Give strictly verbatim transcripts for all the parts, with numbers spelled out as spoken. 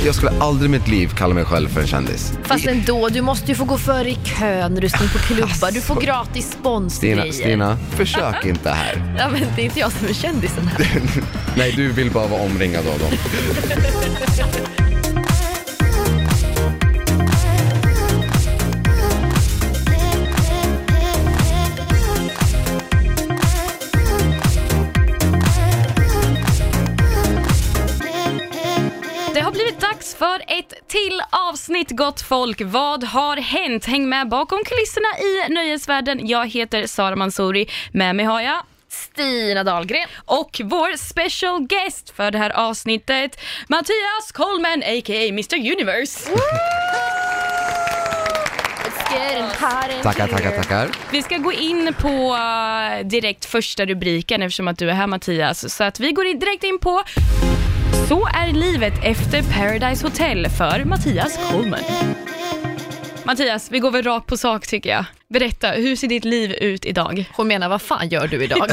jag skulle aldrig i mitt liv kalla mig själv för en kändis. Fast ändå, du måste ju få gå före i kön när du står på klubbar. Du får gratis sponsgrejer. Stina, Stina, försök inte här. Ja, men det är inte jag som är kändisen här. Nej, du vill bara vara omringad av dem. Det har blivit dags för ett till avsnitt, gott folk. Vad har hänt? Häng med bakom kulisserna i nöjesvärlden. Jag heter Sara Mansouri. Med mig har jag Stina Dahlgren. och vår special guest för det här avsnittet, Mattias Coleman, a k a. mister Universe. Tackar, tackar, tackar. Vi ska gå in på uh, direkt första rubriken eftersom att du är här, Mattias. Så att vi går in direkt in på Så är livet efter Paradise Hotel för Mattias Coleman. Mattias, vi går väl rakt på sak tycker jag. Berätta, hur ser ditt liv ut idag? Hon menar, vad fan gör du idag?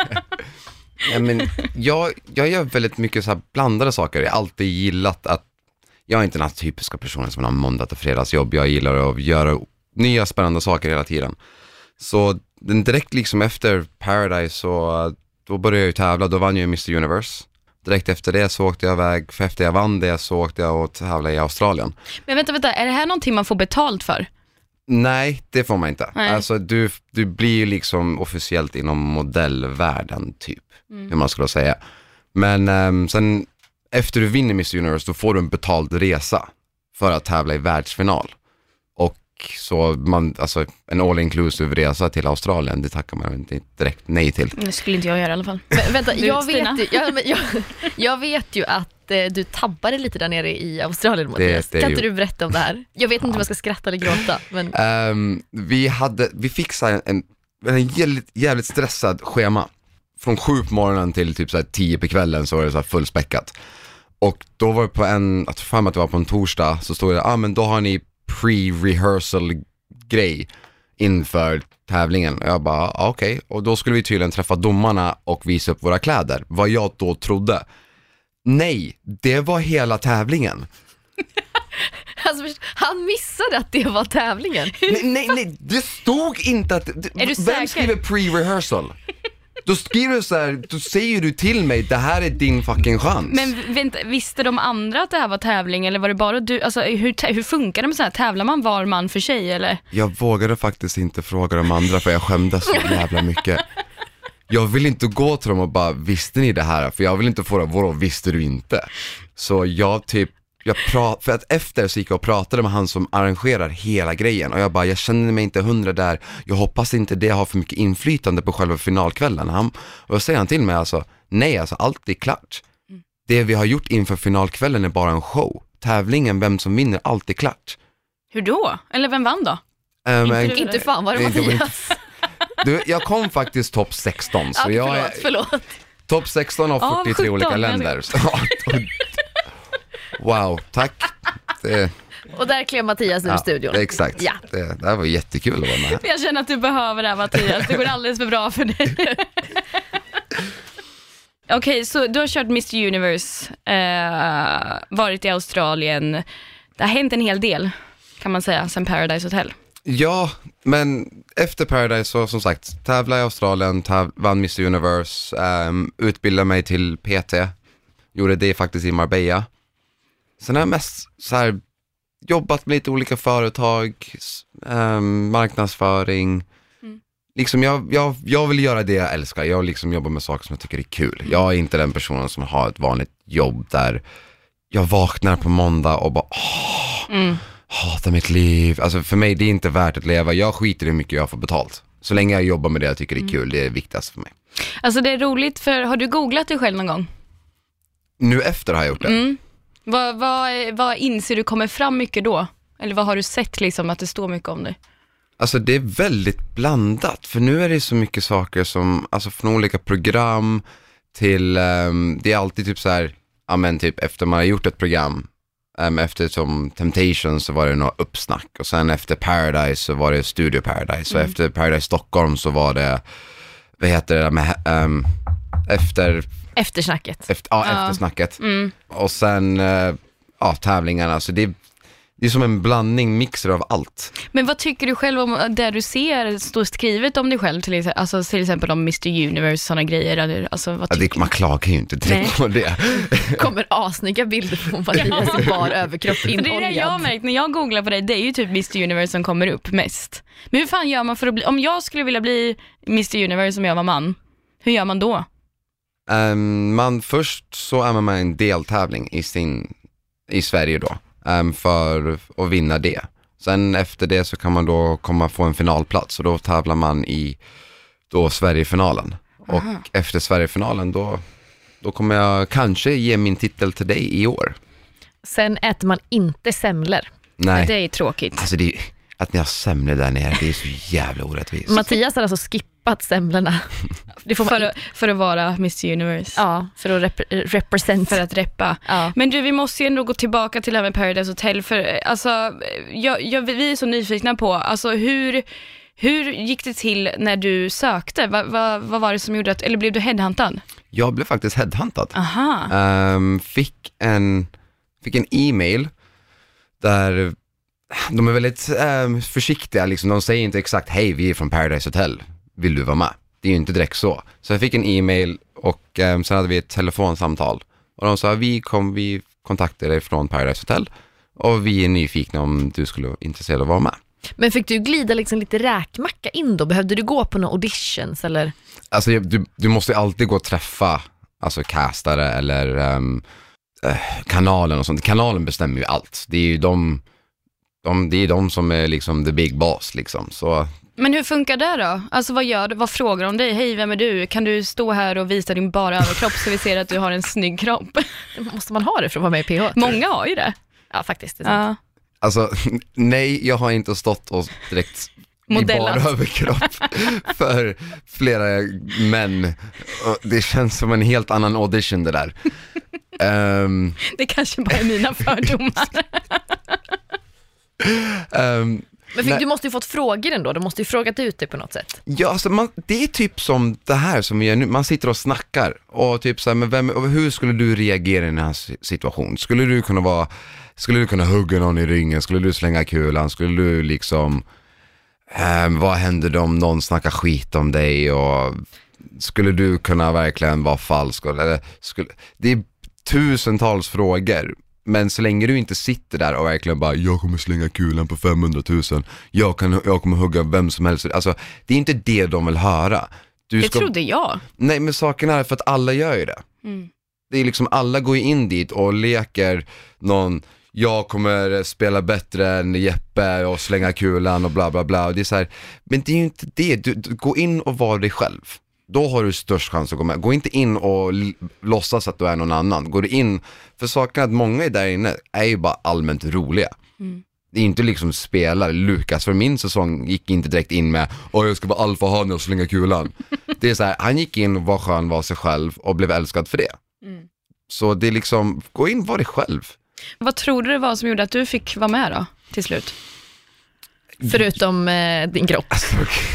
Ja, men jag, jag gör väldigt mycket så här blandade saker. Jag har alltid gillat att jag är inte den här typiska personen som har måndag till fredagsjobb. Jag gillar att göra nya spännande saker hela tiden. Så den direkt liksom efter Paradise så då började jag ju tävla. Då vann jag mister Universe. Direkt efter det så åkte jag iväg, för efter jag vann det så åkte jag och tävlade i Australien. Men vänta, vänta, är det här någonting man får betalt för? Nej, det får man inte. Nej. Alltså du, du blir ju liksom officiellt inom modellvärlden typ, mm. hur man skulle säga. Men um, sen efter du vinner mister Universe då får du en betald resa för att tävla i världsfinal. Och så man, alltså en all-inclusive resa till Australien, det tackar man inte direkt nej till. Det skulle inte jag göra i alla fall. Men, vänta, Du, jag Stina? vet, ju, jag, men jag, jag vet ju att eh, du tabbade lite där nere i Australien, Mattias. Det- det är Kan ju- inte du berätta om det här? Jag vet inte om jag ska skratta eller gråta, men Um, vi hade, vi fixade en, en, en jävligt, jävligt stressad schema. Från sju på morgonen till typ så här tio på kvällen så var det så här fullspäckat. Och då var det på en, att fan att det var på en torsdag så stod det, ja ah, men då har ni pre-rehearsal grej inför tävlingen. Och jag bara, ah, okej. Okay. Och då skulle vi tydligen träffa domarna och visa upp våra kläder. Vad jag då trodde. Nej, det var hela tävlingen. alltså, han missade att det var tävlingen. Nej, nej, nej, det stod inte att... Är du vem säker? skriver pre-rehearsal? Då skriver du så här, då säger du till mig, det här är din fucking chans. Men vänta, visste de andra att det här var tävling eller var det bara du? Alltså hur, hur funkar det med så här? Tävlar man var man för sig eller? Jag vågade faktiskt inte fråga de andra för jag skämdes så jävla mycket. Jag vill inte gå till dem och bara, visste ni det här? För jag vill inte få det, vadå, visste du inte? Så jag typ, jag prat, för att efter så gick jag och pratade med han som arrangerar hela grejen. Och jag bara, jag känner mig inte hundra där. Jag hoppas inte det har för mycket inflytande på själva finalkvällen. Han, och då säger han till mig alltså, nej alltså allt är klart. Mm. Det vi har gjort inför finalkvällen är bara en show. Tävlingen, vem som vinner, allt är klart. Hur då? Eller vem vann då? Um, Inte en, du. Inte fan var det Nej, det var inte- Mattias. du, jag kom faktiskt topp sexton. Så Ja, jag förlåt, är förlåt. topp sexton av Ja, fyrtiotre sjutton, olika men- länder. Så, wow, tack. Det, Och där klev Mattias ur ja, studion. det, exakt. Ja. Det, det här var jättekul att vara med. Jag känner att du behöver det här, Mattias. Det går alldeles för bra för dig. Okej, okay, så du har kört mister Universe, eh, varit i Australien. Det har hänt en hel del, kan man säga, sen Paradise Hotel. Ja, men efter Paradise så som sagt, tävla i Australien, täv- vann mister Universe, um, utbildade mig till P T, gjorde det faktiskt i Marbella. Sen har jag mest så här, jobbat med lite olika företag, um, marknadsföring. Mm. Liksom jag, jag, jag vill göra det jag älskar. Jag liksom jobbar med saker som jag tycker är kul. Jag är inte den personen som har ett vanligt jobb där jag vaknar på måndag och bara åh, mm. hatar mitt liv. Alltså för mig det är inte värt att leva. Jag skiter i hur mycket jag får betalt. Så länge jag jobbar med det jag tycker det är kul, det är viktigast för mig. Alltså det är roligt, för har du googlat dig själv någon gång? Nu efter har jag gjort det. Mm. Vad, vad, vad inser du kommer fram mycket då? Eller vad har du sett liksom att det står mycket om dig? Alltså det är väldigt blandat. För nu är det så mycket saker som, alltså från olika program till, um, det är alltid typ så här, ja men typ efter man har gjort ett program, um, efter som Temptation så var det något uppsnack. Och sen efter Paradise så var det Studio Paradise. Mm. Och efter Paradise Stockholm så var det, vad heter det där med, um, efter... Eftersnacket. Efter, ja, Ja. eftersnacket. Mm. Och sen uh, ja, tävlingarna. Så det, det är som en blandning, mixer av allt. Men vad tycker du själv om det du ser stå skrivet om dig själv, till exempel, alltså, till exempel om mister Universe, sådana grejer? Eller, alltså, vad ja, det, man klagar ju inte direkt på det. Kommer asnygga bilder på Mattias i bar överkropp inoljad. Det är det jag har märkt när jag googlar på dig, det är ju typ mister Universe som kommer upp mest. Men hur fan gör man för att bli, om jag skulle vilja bli mister Universe som jag var man, hur gör man då? Um, man, först så är man med i en deltävling i, sin, i Sverige då, um, för att vinna det. Sen efter det så kan man då komma få en finalplats och då tävlar man i då Sverigefinalen. Aha. Och efter Sverigefinalen då, då kommer jag kanske ge min titel till dig i år. Sen äter man inte semlor. Nej. Det är tråkigt. Alltså det är, att ni har semlor där nere, det är så jävla orättvist. Mattias har alltså skippat semlorna. Det får man för, att, för att vara mister Universe. Ja, för att rep- represent. För att reppa. Ja. Men du, vi måste ju ändå gå tillbaka till det här med Paradise Hotel. För alltså, jag, jag, vi är så nyfikna på, alltså hur, hur gick det till när du sökte? Va, va, vad var det som gjorde att, eller blev du headhuntad? Jag blev faktiskt headhuntad. Aha. Um, fick en, fick en e-mail där de är väldigt um, försiktiga, liksom. De säger inte exakt, hej, vi är från Paradise Hotel, vill du vara med? Det är ju inte direkt så. Så jag fick en e-mail och um, sen hade vi ett telefonsamtal. Och de sa, vi kom, vi kontaktade dig från Paradise Hotel och vi är nyfikna om du skulle vara intresserad av att vara med. Men fick du glida liksom lite räkmacka in då? Behövde du gå på några auditions eller? Alltså du, du måste alltid gå och träffa alltså castare eller um, uh, kanalen och sånt. Kanalen bestämmer ju allt. Det är ju de, de, det är de som är liksom the big boss liksom. Så... Men hur funkar det då? Alltså vad gör du? Vad frågar de dig? Hej, vem är du? Kan du stå här och visa din bara överkropp så vi ser att du har en snygg kropp? Måste man ha det för att vara med i P H? Många har ju det. Ja, faktiskt. Det är sant. Ja. Alltså, nej, jag har inte stått och direkt modellat i bara överkropp för flera män. Och det känns som en helt annan audition det där. Um, det kanske bara är mina fördomar. um, Men fick, nej. Du måste ju fått frågor ändå. Du måste ju frågat ut det på något sätt. Ja, alltså man, det är typ som det här som vi gör nu. Man sitter och snackar och typ så här, men vem, hur skulle du reagera i den här situationen? Skulle du kunna vara Skulle du kunna hugga någon i ringen? Skulle du slänga kulan? Skulle du liksom eh, vad händer om någon snackar skit om dig? Och skulle du kunna verkligen vara falsk? Eller, skulle, det är tusentals frågor. Men så länge du inte sitter där och verkligen bara, jag kommer slänga kulan på femhundratusen, jag, kan, jag kommer hugga vem som helst. Alltså, det är inte det de vill höra. Du det ska... trodde jag. Nej, men saken är för att alla gör ju det. Mm. Det är liksom, alla går in dit och leker någon, jag kommer spela bättre än Jeppe och slänga kulan och bla bla bla. Och det är så här, men det är ju inte det. Du, du, gå in och var dig själv. Då har du störst chans att gå med. Gå inte in och l- låtsas att du är någon annan. Går du in, för saken att många är där inne är ju bara allmänt roliga. Mm. Det är inte liksom spelare. Lukas för min säsong gick inte direkt in med, åh jag ska vara alfahane och slänga kulan. Det är så här, han gick in och var skön, var sig själv och blev älskad för det. Mm. Så det är liksom, gå in och var dig själv. Vad tror du det var som gjorde att du fick vara med då, till slut? Förutom eh, din kropp. Alltså,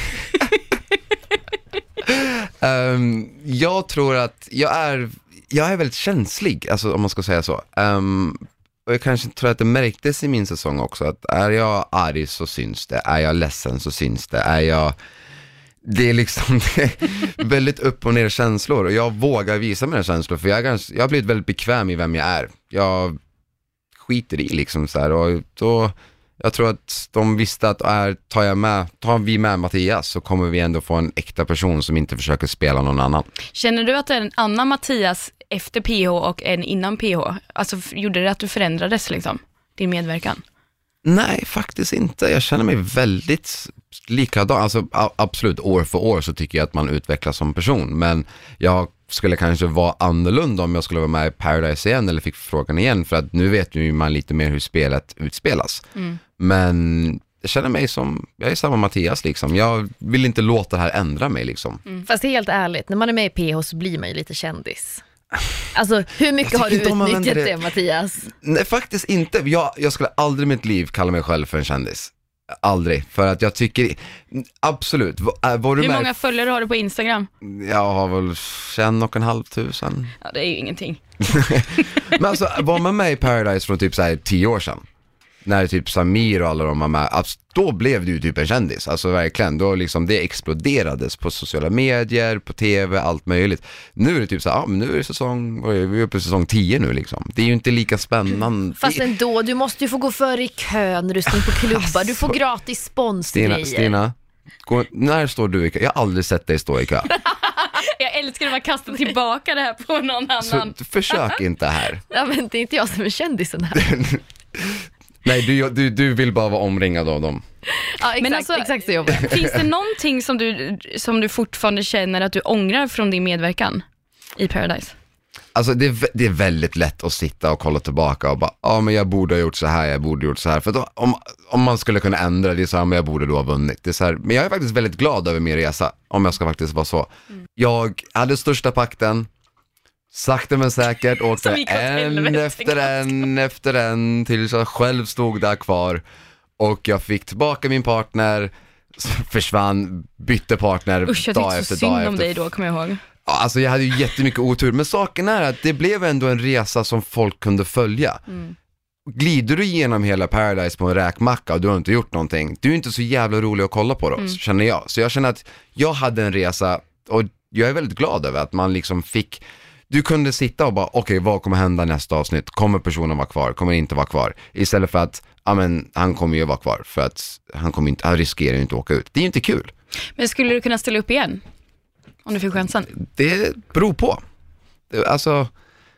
um, jag tror att jag är jag är väldigt känslig, alltså, om man ska säga så. Um, och jag kanske tror att det märktes i min säsong också, att är jag arg så syns det, är jag ledsen så syns det, är jag... Det är liksom det är väldigt upp och ner känslor, och jag vågar visa mina känslor, för jag, är ganska, jag har blivit väldigt bekväm i vem jag är. Jag skiter i liksom så här, och då... Jag tror att de visste att är, tar, jag med, tar vi med Mattias så kommer vi ändå få en äkta person som inte försöker spela någon annan. Känner du att det är en annan Mattias efter P H och en innan P H? Alltså gjorde det att du förändrades liksom, din medverkan? Nej, faktiskt inte. Jag känner mig väldigt likadan. Alltså absolut, år för år så tycker jag att man utvecklas som person. Men jag skulle kanske vara annorlunda om jag skulle vara med i Paradise igen eller fick frågan igen. För att nu vet ju man lite mer hur spelet utspelas. Mm. Men jag känner mig som, jag är samma Mattias liksom. Jag vill inte låta det här ändra mig liksom. Mm. Fast helt ärligt, när man är med i P H så blir man ju lite kändis. Alltså hur mycket har du utnyttjat det, det Mattias? Nej, faktiskt inte. Jag, jag skulle aldrig i mitt liv kalla mig själv för en kändis. Aldrig, för att jag tycker, absolut, var, var du Hur med? många följare har du på Instagram? Jag har väl en och en halv tusen. Ja, det är ju ingenting. Men alltså, var man med i Paradise från typ så här tio år sedan, när typ Samir och alla de var med, alltså, då blev du ju typ en kändis, alltså verkligen, då liksom det exploderades på sociala medier, på tv, allt möjligt. Nu är det typ så här, ja men nu är det säsong, vi är uppe på säsong tio nu liksom. Det är ju inte lika spännande. Fast ändå, du måste ju få gå före i kön när du står på klubbar, du får gratis sponsgrejer. Stina, Stina gå, när står du i kö? Jag har aldrig sett dig stå i kö. Jag älskar att man kastar tillbaka det här på någon annan. Så försök inte här. Ja, men det är inte jag som är kändisen här. Nej, du, du, du vill bara vara omringad av dem. Ja, exakt, Men alltså, exakt så jobbar jag. Finns det någonting som du, som du fortfarande känner att du ångrar från din medverkan i Paradise? Alltså det är, det är väldigt lätt att sitta och kolla tillbaka och bara, ja men jag borde ha gjort så här, jag borde ha gjort så här. För då, om, om man skulle kunna ändra det så här, men jag borde då ha vunnit. Det är så här, men jag är faktiskt väldigt glad över min resa, om jag ska faktiskt vara så. Mm. Jag hade största pakten, sakta men säkert åkte en efter en efter en tills jag själv stod där kvar. Och jag fick tillbaka min partner, försvann, bytte partner. Usch, jag dag tyckte efter så synd dag om efter. dig då, kommer jag ihåg. Alltså jag hade ju jättemycket otur, men saken är att det blev ändå en resa som folk kunde följa. Mm. Glider du igenom hela Paradise på en räkmacka och du har inte gjort någonting, du är inte så jävla rolig att kolla på då, mm. känner jag. Så jag känner att jag hade en resa och jag är väldigt glad över att man liksom fick, du kunde sitta och bara, okej, okay, vad kommer hända nästa avsnitt? Kommer personen vara kvar? Kommer inte vara kvar? Istället för att, ja men han kommer ju vara kvar för att han, kommer inte, han riskerar ju inte att åka ut. Det är ju inte kul. Men skulle du kunna ställa upp igen? Om du fick chansen? Det beror på. Alltså,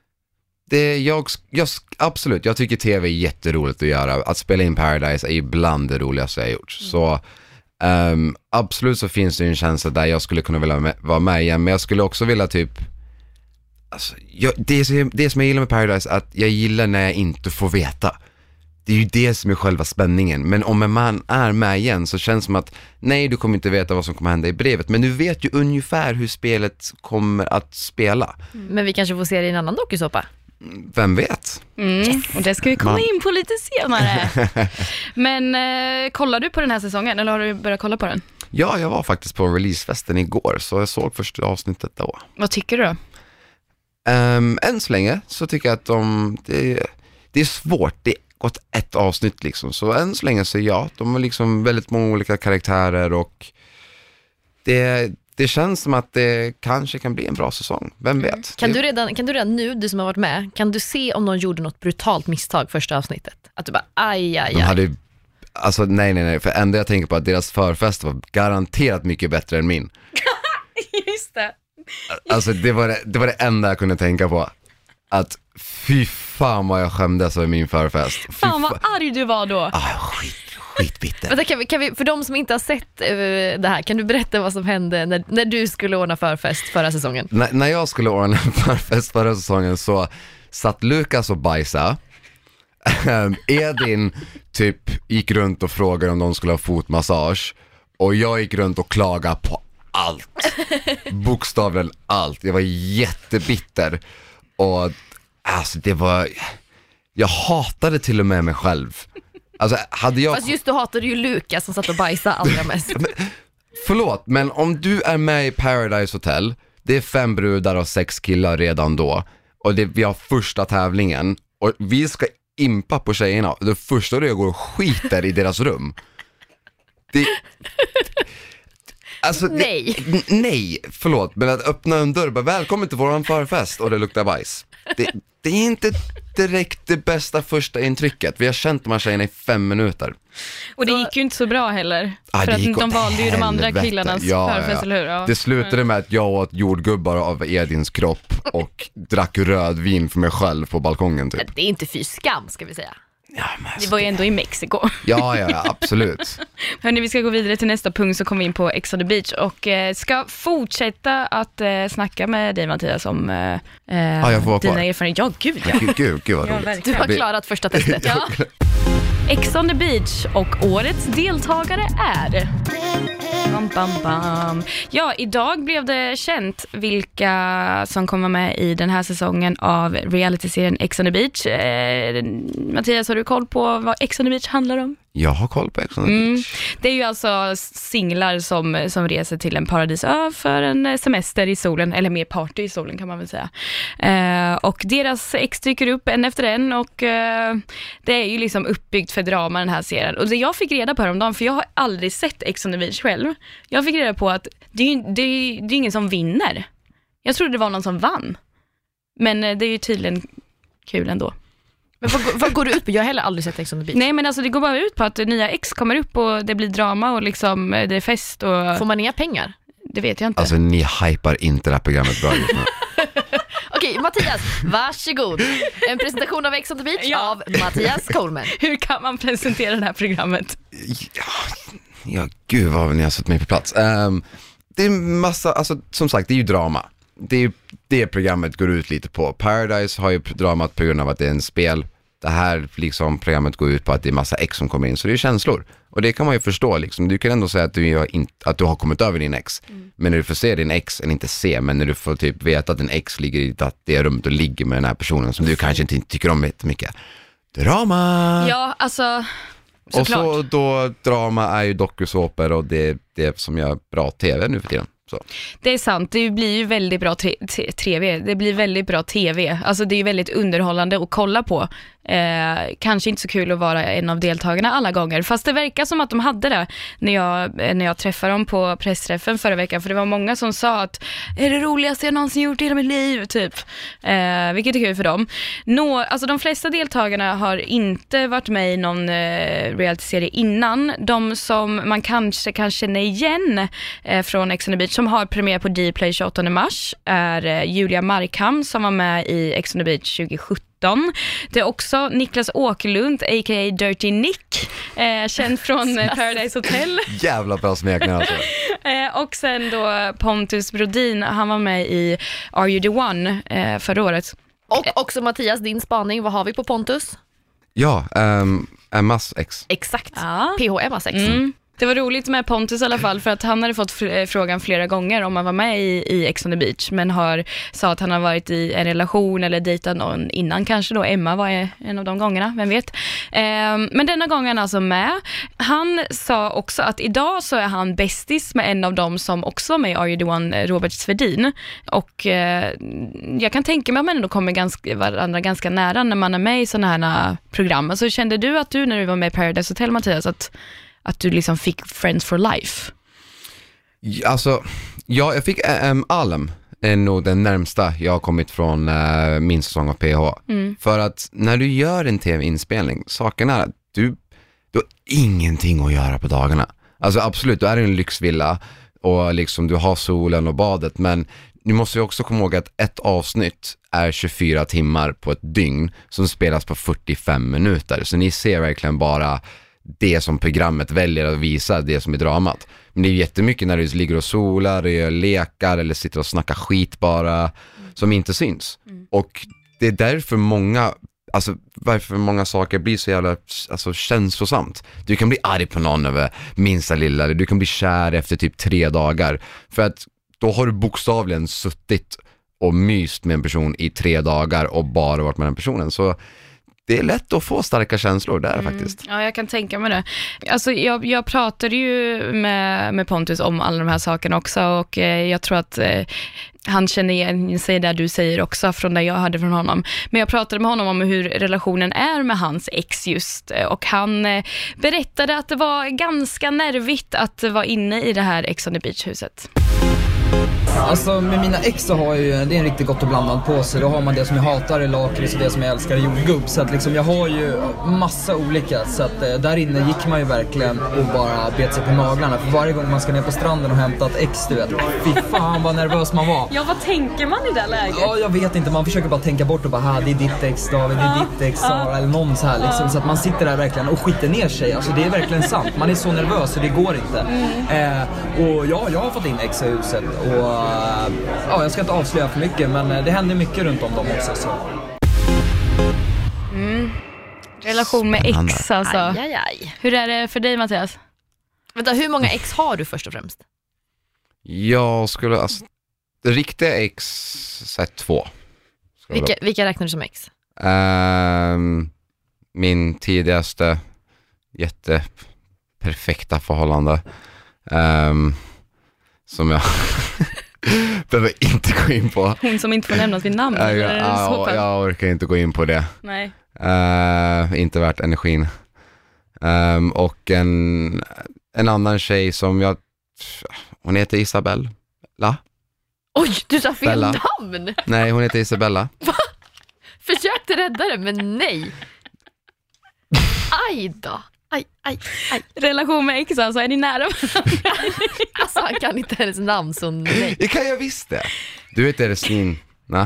det, jag, jag, absolut, jag tycker tv är jätteroligt att göra. Att spela in Paradise är ibland det roligaste jag har gjort. Mm. Så um, absolut så finns det en känsla där jag skulle kunna vilja med, vara med igen. Men jag skulle också vilja typ, alltså, jag, det, det som jag gillar med Paradise är att jag gillar när jag inte får veta. Det är ju det som är själva spänningen. Men om man är med igen så känns det som att nej, du kommer inte veta vad som kommer hända i brevet. Men du vet ju ungefär hur spelet kommer att spela. Men vi kanske får se det i en annan dokusåpa. Vem vet? Mm. Yes. Och det ska vi komma man. in på lite senare. Men eh, kollar du på den här säsongen eller har du börjat kolla på den? Ja, jag var faktiskt på releasefesten igår så jag såg första avsnittet då. Vad tycker du då? Um, än så länge så tycker jag att de, det, det är svårt. Det är gått ett avsnitt liksom. Så än så länge så ja, de har liksom väldigt många olika karaktärer och det, det känns som att det kanske kan bli en bra säsong. Vem vet? Kan det... du redan, kan du redan nu, du som har varit med, kan du se om någon gjorde något brutalt misstag första avsnittet? Att du bara, aj, aj, aj. De hade, alltså nej, nej, nej. För ändå jag tänker på att deras förfest var garanterat mycket bättre än min. Just det. Alltså det var det, det var det enda jag kunde tänka på. Att fy fan vad jag skämdes över min förfest. Fy fan vad arg du var då. Ah, skit, skitbitter. Vänta, kan vi, kan vi, för de som inte har sett uh, det här, kan du berätta vad som hände när, när du skulle ordna förfest förra säsongen? N- när jag skulle ordna förfest förra säsongen så satt Lukas och bajsa. Edin typ gick runt och frågade om de skulle ha fotmassage. Och jag gick runt och klagade på allt. Bokstavligen allt. Jag var jättebitter. Och alltså det var, jag hatade till och med mig själv. Alltså hade jag... Fast just du hatade ju Lukas som satt och bajsade allra mest. men, förlåt, men om du är med i Paradise Hotel, det är fem brudar och sex killar redan då. Och det, vi har första tävlingen. Och vi ska impa på tjejerna. Det första du går och skiter i deras rum. Det... Alltså, nej. Det, nej, förlåt. Men att öppna en dörr, bara välkommen till våran förfest och det luktar bajs. Det, det är inte direkt det bästa första intrycket. Vi har känt de här tjejerna i fem minuter. Och det gick ju inte så bra heller. Ah, för att de valde ju de andra helvete. killarnas ja, förfest, ja. eller hur? Ja. Det slutade med att jag åt jordgubbar av Edins kropp och drack rödvin för mig själv på balkongen typ. Det är inte fy skam, ska vi säga. Ja, men det var ju ändå i Mexiko. Ja, ja, ja, absolut. Hörrni, vi ska gå vidare till nästa punkt, så kommer vi in på Ex on the Beach och eh, ska fortsätta att eh, snacka med dig, Mattias, om eh, ah, jag får dina erfarenheter. Ja, gud, ja. Gud, gud, gud vad roligt. Ja, du har klarat första testet. Ja. Ex on the Beach och årets deltagare är... Bam, bam, bam. Ja, idag blev det känt vilka som kommer med i den här säsongen av realityserien Ex on the Beach. Eh, Mattias, har du koll på vad Ex on the Beach handlar om? Jag har koll på Ex on the Mm. Beach. Det är ju alltså singlar som, som reser till en paradisö för en semester i solen, eller mer party i solen kan man väl säga. Eh, och deras ex dyker upp en efter en och eh, det är ju liksom uppbyggt för drama den här serien. Och det jag fick reda på häromdagen, för jag har aldrig sett Ex on the Beach själv. Jag fick reda på att det är ju det är, det är ingen som vinner. Jag trodde det var någon som vann. Men eh, det är ju tydligen kul ändå. Men vad, vad går det ut på? Jag har heller aldrig sett Ex on the Beach. Nej, men alltså det går bara ut på att nya ex kommer upp och det blir drama och liksom det är fest och... Får man inga pengar? Det vet jag inte. Alltså ni hypar inte det här programmet bra just nu. Okej, Mattias, varsågod. En presentation av Ex on the Beach Ja. av Mattias Coleman. Hur kan man presentera det här programmet? Ja, ja gud vad ni har satt mig på plats. Um, det är massa, alltså som sagt det är ju drama. Det är ju det programmet går ut lite på. Paradise har ju dramat på grund av att det är en spel. Det här liksom programmet går ut på att det är massa ex som kommer in, så det är känslor. Och det kan man ju förstå liksom. Du kan ändå säga att du, har, inte, att du har kommit över din ex. Mm. Men när du får se din ex, eller inte se, men när du får typ veta att din ex ligger i det rummet och ligger med den här personen som du kanske inte tycker om jättemycket. Drama! Ja, alltså och såklart. så då, drama är ju dokusåpor och det är det som gör bra tv nu för tiden. Så. Det är sant, det blir ju väldigt bra tre- t- tv. Det blir väldigt bra tv. Alltså det är ju väldigt underhållande att kolla på. Eh, kanske inte så kul att vara en av deltagarna alla gånger. Fast det verkar som att de hade det när jag, när jag träffade dem på pressträffen förra veckan. För det var många som sa att är det roligaste jag någonsin gjort i hela mitt liv, typ. Eh, vilket är kul för dem. Nå, alltså de flesta deltagarna har inte varit med i någon eh, reality-serie innan. De som man kanske kan känna igen eh, från Ex on the Beach, som har premiär på Dplay tjugoåttonde mars, är eh, Julia Markham som var med i Ex on the Beach tjugosjutton. Det är också Niklas Åkerlund, a k a. Dirty Nick, eh, känd från eh, Paradise Hotel. Jävla bra smekning alltså. eh, och sen då Pontus Brodin, han var med i Are You The One eh, förra året. Och också Mattias, din spaning, vad har vi på Pontus? Ja, um, Emmas ex. Exakt, Ja. P H Emmas ex. Mm. Det var roligt med Pontus i alla fall, för att han hade fått fr- frågan flera gånger om han var med i, i Ex on the Beach, men har sa att han har varit i en relation eller dejtat någon innan, kanske då Emma var en av de gångerna, vem vet. Ehm, men denna gången är han alltså med. Han sa också att idag så är han bästis med en av dem som också var med i Are You The One, Robert Svedin. Och eh, jag kan tänka mig att man ändå kommer ganska, varandra ganska nära när man är med i sådana här program. Alltså, kände du att du när du var med i Paradise Hotel, Mattias, att att du liksom fick friends for life? Alltså, ja, jag fick um, Alem är nog den närmsta jag har kommit från uh, min säsong av P H. Mm. För att när du gör en tv-inspelning, saken är att du, du har ingenting att göra på dagarna. Alltså absolut, du är i en lyxvilla och liksom du har solen och badet, men ni måste ju också komma ihåg att ett avsnitt är tjugofyra timmar på ett dygn som spelas på fyrtiofem minuter. Så ni ser verkligen bara det som programmet väljer att visa, det som är dramat. Men det är ju jättemycket när du ligger och solar, gör lekar eller sitter och snackar skit bara, mm. som inte syns. Mm. Och det är därför många, alltså varför många saker blir så jävla alltså, känslosamt. Du kan bli arg på någon över minsta lilla, eller du kan bli kär efter typ tre dagar. För att då har du bokstavligen suttit och myst med en person i tre dagar och bara varit med den personen. Så det är lätt att få starka känslor där mm. faktiskt. Ja, jag kan tänka mig det. Alltså, jag, jag pratade ju med, med Pontus om alla de här sakerna också, och eh, jag tror att eh, han känner igen sig där du säger också, från det jag hörde från honom. Men jag pratade med honom om hur relationen är med hans ex just, och han eh, berättade att det var ganska nervigt att vara inne i det här Ex on the Beach-huset. Alltså med mina ex så har jag ju, det är en riktigt gott och blandad påse. Då har man det som jag hatar i lakrits och det som jag älskar i jordgubb. Så att liksom jag har ju massa olika. Så att eh, där inne gick man ju verkligen och bara bet sig på naglarna. För varje gång man ska ner på stranden och hämta ett ex, du vet, fy fan vad nervös man var. Ja, vad tänker man i det läget? Ja, jag vet inte, man försöker bara tänka bort och bara, ha, det är ditt ex David, det är ditt ex Sara, eller någon så här liksom. Så att man sitter där verkligen och skiter ner sig. Alltså det är verkligen sant, man är så nervös så det går inte. Mm. eh, Och ja, jag har fått in ex i huset. Och ja, jag ska inte avslöja för mycket, men det händer mycket runt om dem också så. Mm. Relation med ex alltså. Aj, aj, aj. Hur är det för dig, Mattias? Vänta, hur många ex har du först och främst? Jag skulle, alltså, det riktiga ex sett två. Vilka, vilka räknar du som ex? Um, min tidigaste, jätteperfekta förhållande. Um, som jag behöver inte gå in på. Hon som inte får nämnas vid namn. Uh, eller ja, så ja, jag orkar inte gå in på det. Nej. Uh, inte värt energin. Um, och en, en annan tjej som jag... Hon heter Isabella. Oj, du sa fel Bella. namn! Nej, hon heter Isabella. Va? Försökte rädda det, men nej. Aj då. Aj, aj, aj. Relation med ex, alltså, är ni nära varandra? Alltså, han kan inte hennes namn, så nej. Det kan jag visst det. Du vet Ersnin, nej?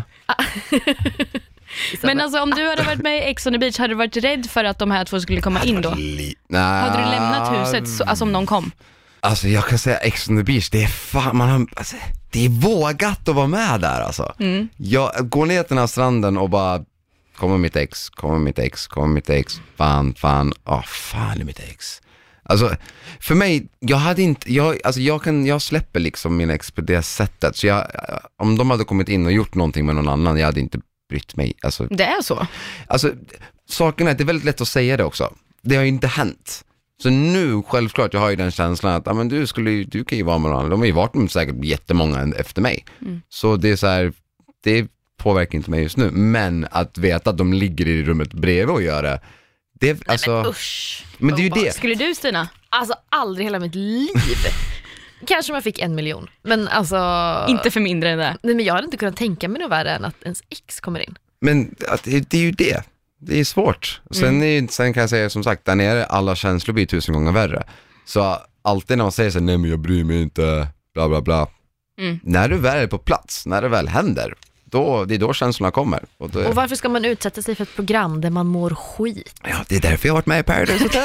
Men alltså om du hade varit med i Ex on the Beach, hade du varit rädd för att de här två skulle komma in då? Hade du lämnat huset så, alltså om någon kom? Alltså jag kan säga Ex on the Beach, det är fan, man har, alltså, det är vågat att vara med där alltså. Mm. Jag går ner till den här stranden och bara, kommer mitt ex, kommer mitt ex, kommer mitt ex, fan, fan, åh oh, fan är mitt ex. Alltså för mig, jag hade inte, jag, alltså jag kan, jag släpper liksom min ex på det sättet. Så jag, om de hade kommit in och gjort någonting med någon annan, jag hade inte brytt mig. Alltså, det är så? Alltså saken är att det är väldigt lätt att säga det också. Det har ju inte hänt. Så nu, självklart, jag har ju den känslan att ja, men du, skulle, du kan ju vara med någon. De har ju varit med säkert jättemånga efter mig. Mm. Så det är så här, det påverkar inte mig just nu. Men att veta att de ligger i rummet bredvid och gör det, det Nej, alltså, men usch. men det är ju det. Skulle du, Stina? Alltså aldrig hela mitt liv. Kanske om jag fick en miljon. Men alltså... Inte för mindre än det. Nej, men jag hade inte kunnat tänka mig något värre än att ens ex kommer in. Men att, det, det är ju det. Det är svårt. Sen, Mm. är, sen kan jag säga som sagt, där nere alla känslor blir tusen gånger värre. Så alltid när man säger så nej men jag bryr mig inte, bla bla bla. Mm. När du väl är på plats, när det väl händer, då, det är då känslorna kommer. Och, då, Och varför ska man utsätta sig för ett program där man mår skit? ja, det är därför jag har varit med i Paradise Hotel.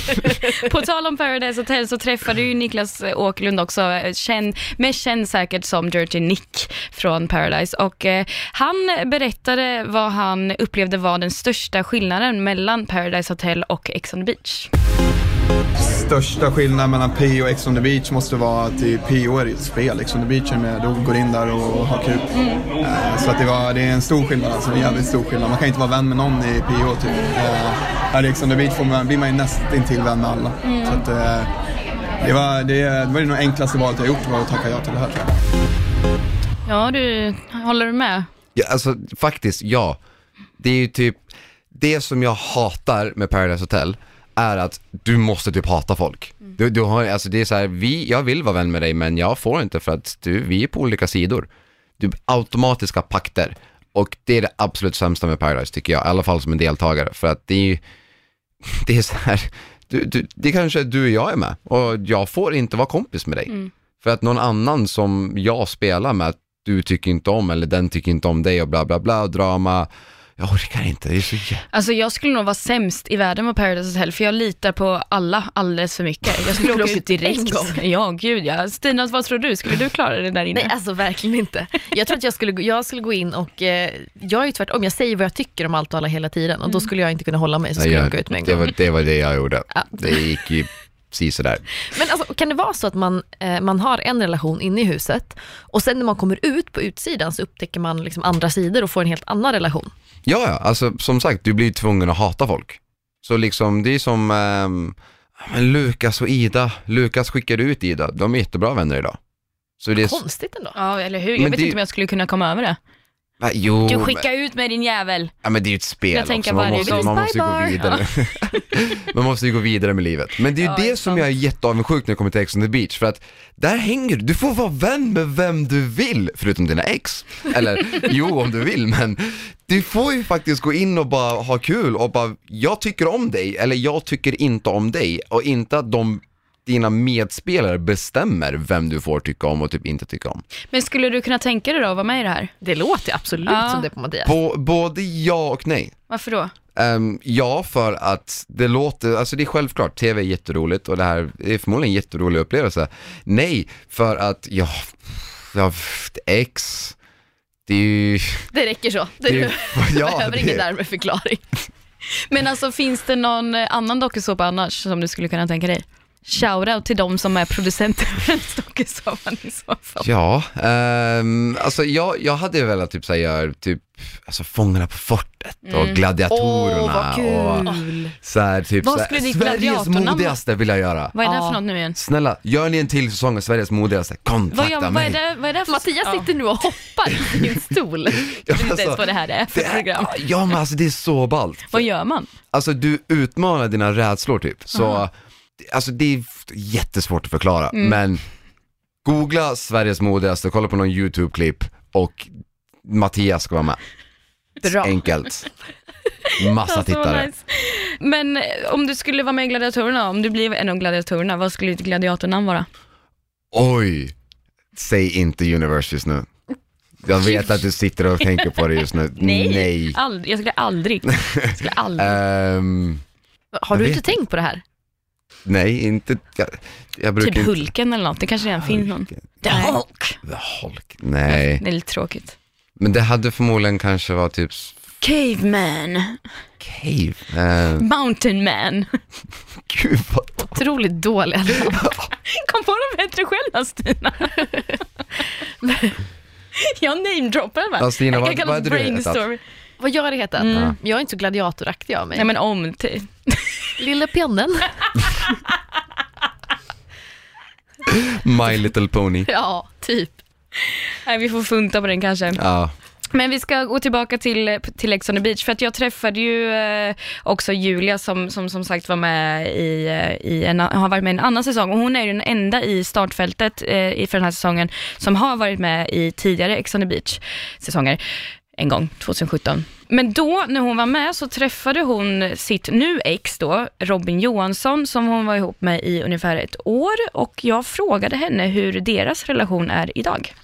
På tal om Paradise Hotel så träffade ju Niklas Åkerlund också, känd, mest känd säkert som Dirty Nick från Paradise. Och eh, han berättade vad han upplevde var den största skillnaden mellan Paradise Hotel och Ex on the Beach. Största skillnaden mellan P O och Ex on the Beach måste vara att i P O är det ett spel. Ex on the Beach är med, då går in där och har kul. Mm. Uh, så att det, var, det är en stor skillnad, alltså en jävligt stor skillnad. Man kan inte vara vän med någon i P O typ. Uh, här i Ex on the Beach får man, blir man ju nästan till vän med alla. Mm. Så att, uh, det, var, det, det var det nog enklaste valet jag gjort, var att tacka ja till det här, tror jag. Ja, du håller du med? Ja, alltså faktiskt, ja. Det är ju typ, det som jag hatar med Paradise Hotel är att du måste typ hata folk. Mm. Du, du har, alltså det är så här, vi, jag vill vara vän med dig men jag får inte för att du, vi är på olika sidor. Du, automatiska pakter. Och det är det absolut sämsta med Paradise tycker jag. I alla fall som en deltagare. För att det är ju, det är så här, du, du, det kanske du och jag är med. Och jag får inte vara kompis med dig. Mm. För att någon annan som jag spelar med, du tycker inte om eller den tycker inte om dig och bla bla bla, drama. Jag orkar inte, det är så jä- Alltså jag skulle nog vara sämst i världen med Paradise Hotel, för jag litar på alla alldeles för mycket. Jag skulle åka ut direkt. Ja, gud ja. Stina, vad tror du? Skulle du klara det där inne? Nej, alltså verkligen inte. Jag tror att jag skulle, jag skulle gå in och eh, jag är ju tvärtom, jag säger vad jag tycker om allt och alla hela tiden och då skulle jag inte kunna hålla mig, så skulle jag, jag gå ut med en det gång. var, det var det jag gjorde. Ja. Det gick ju precis sådär. Men alltså, kan det vara så att man, eh, man har en relation inne i huset och sen när man kommer ut på utsidan så upptäcker man liksom andra sidor och får en helt annan relation? Ja, ja, alltså som sagt, du blir tvungen att hata folk. Så liksom, det är som ähm, Lukas och Ida. Lukas skickade ut Ida, de är jättebra vänner idag. Så det är konstigt ändå. Ja, eller hur? Jag men vet det... inte om jag skulle kunna komma över det. Va, jo, du skickar men... ut med din jävel. Ja, men det är ju ett spel jag också. Man måste, man måste ju gå vidare. Ja. Man måste ju gå vidare med livet. Men det är ju ja, det som sant. Jag är jätteavundsjuk när jag kommer till Ex on the Beach. För att där hänger du, du får vara vän med vem du vill, förutom dina ex. Eller jo, om du vill, men du får ju faktiskt gå in och bara ha kul och bara, jag tycker om dig eller jag tycker inte om dig. Och inte att de dina medspelare bestämmer vem du får tycka om och typ inte tycka om. Men skulle du kunna tänka dig då att vara med i det här? Det låter absolut ja. som det på Mattias. På, både ja och nej. Varför då? Um, ja, för att det låter, alltså det är självklart, tv är jätteroligt och det här är förmodligen en jätterolig upplevelse. Nej, för att ja, ja ex det är ju... Det räcker så. Det, det, ja, behöver det... ingen närmare förklaring. Men alltså, finns det någon annan dokusåpa annars som du skulle kunna tänka dig? Shoutout till de som är producenter för dokusåpan i så fall. Ja, um, alltså jag, jag hade ju velat typ säga typ alltså Fångarna på fortet och Mm. Gladiatorerna. Åh, vad kul. Och så här, typ Vad så här, skulle ditt Sveriges gladiatornamn vara? modigaste vill jag göra. Vad är det Ja. för något nu igen? Snälla, gör ni en till säsong av Sveriges modigaste, kontakta Vad, gör, vad, mig. är det, vad är det för... Mattias Ja. sitter nu och hoppar i sin stol. Ja, Jag vet inte alltså, ens vad det här är för det är- program. ja men alltså det är så ballt. Vad gör man? Alltså du utmanar dina rädslor typ. Så alltså det är jättesvårt att förklara. Mm. Men googla Sveriges modigaste, kolla på någon YouTube-klipp och Mattias ska vara med. Bra. Enkelt. Massa Ja, så tittare. nice. Men eh, om du skulle vara med i Gladiatorerna, om du blir en av gladiatorerna, vad skulle ditt gladiatornamn vara? Oj, säg inte Universe just nu. Jag vet att du sitter och tänker på det just nu. Nej. Ald- jag skulle aldrig. Jag skulle aldrig. Ehm, Har du Jag inte vet tänkt på det här? nej, inte... Jag, jag brukar Typ inte... Hulken eller något, det kanske redan finns någon. The Nej. Hulk. The Hulk. Nej. Det är lite tråkigt. Men det hade förmodligen kanske varit typ Caveman. Cave. Uh, Mountain Man. gud vad... Otroligt dåliga namn. Kom på något bättre själv då, Stina. Jag namedroppar va? Ja, Stina, Jag vad- kan kalla vad hade det du hetat? brainstorm. Vad gör det heter? Mm. Jag är inte så gladiatoraktig av mig. Nej men om till. Lille Pennen. My Little Pony. Ja, typ. Nej, vi får funta på den kanske. Ja. Men vi ska gå tillbaka till, till Ex on the Beach, för att jag träffade ju eh, också Julia som, som som sagt var med i, eh, i en, har varit med i en annan säsong, och hon är ju den enda i startfältet eh, i- för den här säsongen som har varit med i tidigare Ex on the Beach säsonger en gång, tjugohundrasjutton. Men då när hon var med så träffade hon sitt nu ex då, Robin Johansson, som hon var ihop med i ungefär ett år, och jag frågade henne hur deras relation är idag.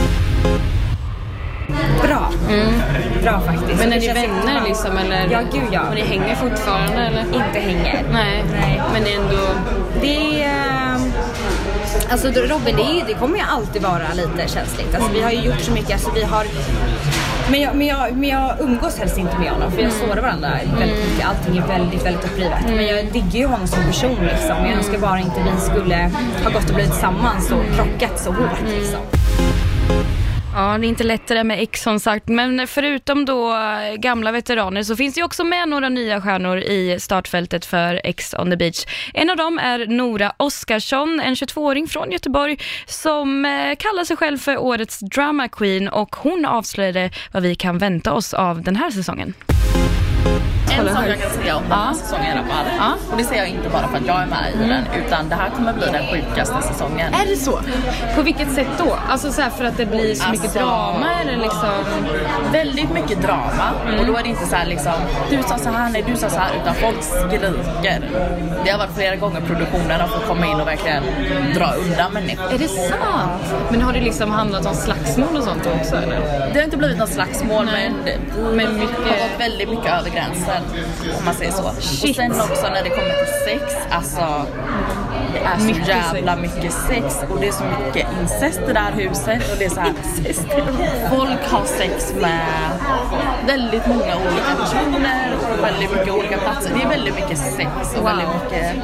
Bra. Bra faktiskt. Men är Det ni känns vänner jättebra. liksom, eller? Ja, gud ja. Och ni hänger fortfarande eller? Inte hänger. Nej. Nej. Men det är ändå... Det är... Alltså Robin, det, är, det kommer ju alltid vara lite känsligt. Alltså vi har ju gjort så mycket, alltså vi har... Men jag, men, jag, men jag umgås helst inte med honom, för jag sårar varandra väldigt mycket. Allting är väldigt, väldigt upprivet. Men jag digger ju honom som person liksom. Jag önskar bara inte vi skulle ha gått och blivit tillsammans och krockat så hårt liksom. Ja, det är inte lätt det där med ex som sagt. Men förutom då gamla veteraner så finns det ju också med några nya stjärnor i startfältet för Ex on the Beach. En av dem är Nora Oskarsson, en tjugotvååring från Göteborg som eh, kallar sig själv för årets drama queen, och hon avslöjade vad vi kan vänta oss av den här säsongen. En sak jag kan säga om den här säsongen i alla fall. Ja. Och det säger jag inte bara för att jag är med i den, utan det här kommer bli den sjukaste säsongen. Är det så? På vilket sätt då? Alltså så här för att det blir så mycket Alltså, drama eller liksom... Väldigt mycket drama. Och då är det inte så här liksom, du sa så här, nej du sa så här, utan folk skriker. Det har varit flera gånger produktionen har fått komma in och verkligen dra undan människor. Är det sant? Men har det liksom handlat om slagsmål och sånt också eller? Det har inte blivit något slagsmål, Nej. men det Men mycket- har gått väldigt mycket över gränsen, om man säger så. Shit. Och sen också när det kommer till sex, alltså det är så Mycket jävla mycket sex, och det är så mycket incest i det här huset, och det är så här, folk har sex med väldigt många olika personer och väldigt mycket olika platser. Det är väldigt mycket sex och Wow. väldigt mycket...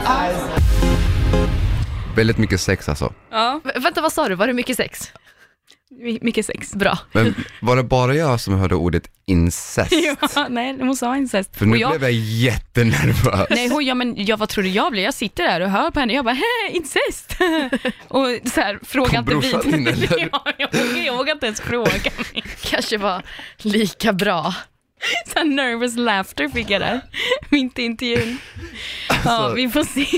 Väldigt mycket sex alltså. Ja, V- vänta, vad sa du? Var det mycket sex? mycket sex. Bra. Men var det bara jag som hörde ordet incest? Ja, nej, det måste vara incest. För nu Och jag, blev jag jättenervös. nej, hon, ja, men jag, vad tror du jag blir? Jag sitter där och hör på henne, jag bara, hej, incest! Och så här, fråga Kom inte brorsan vid. in, eller? Ja, jag, jag vågar inte ens fråga mig. Kanske var lika bra. Så här nervous laughter fick jag där, mitt i intervjun. Ja, Alltså- vi får se.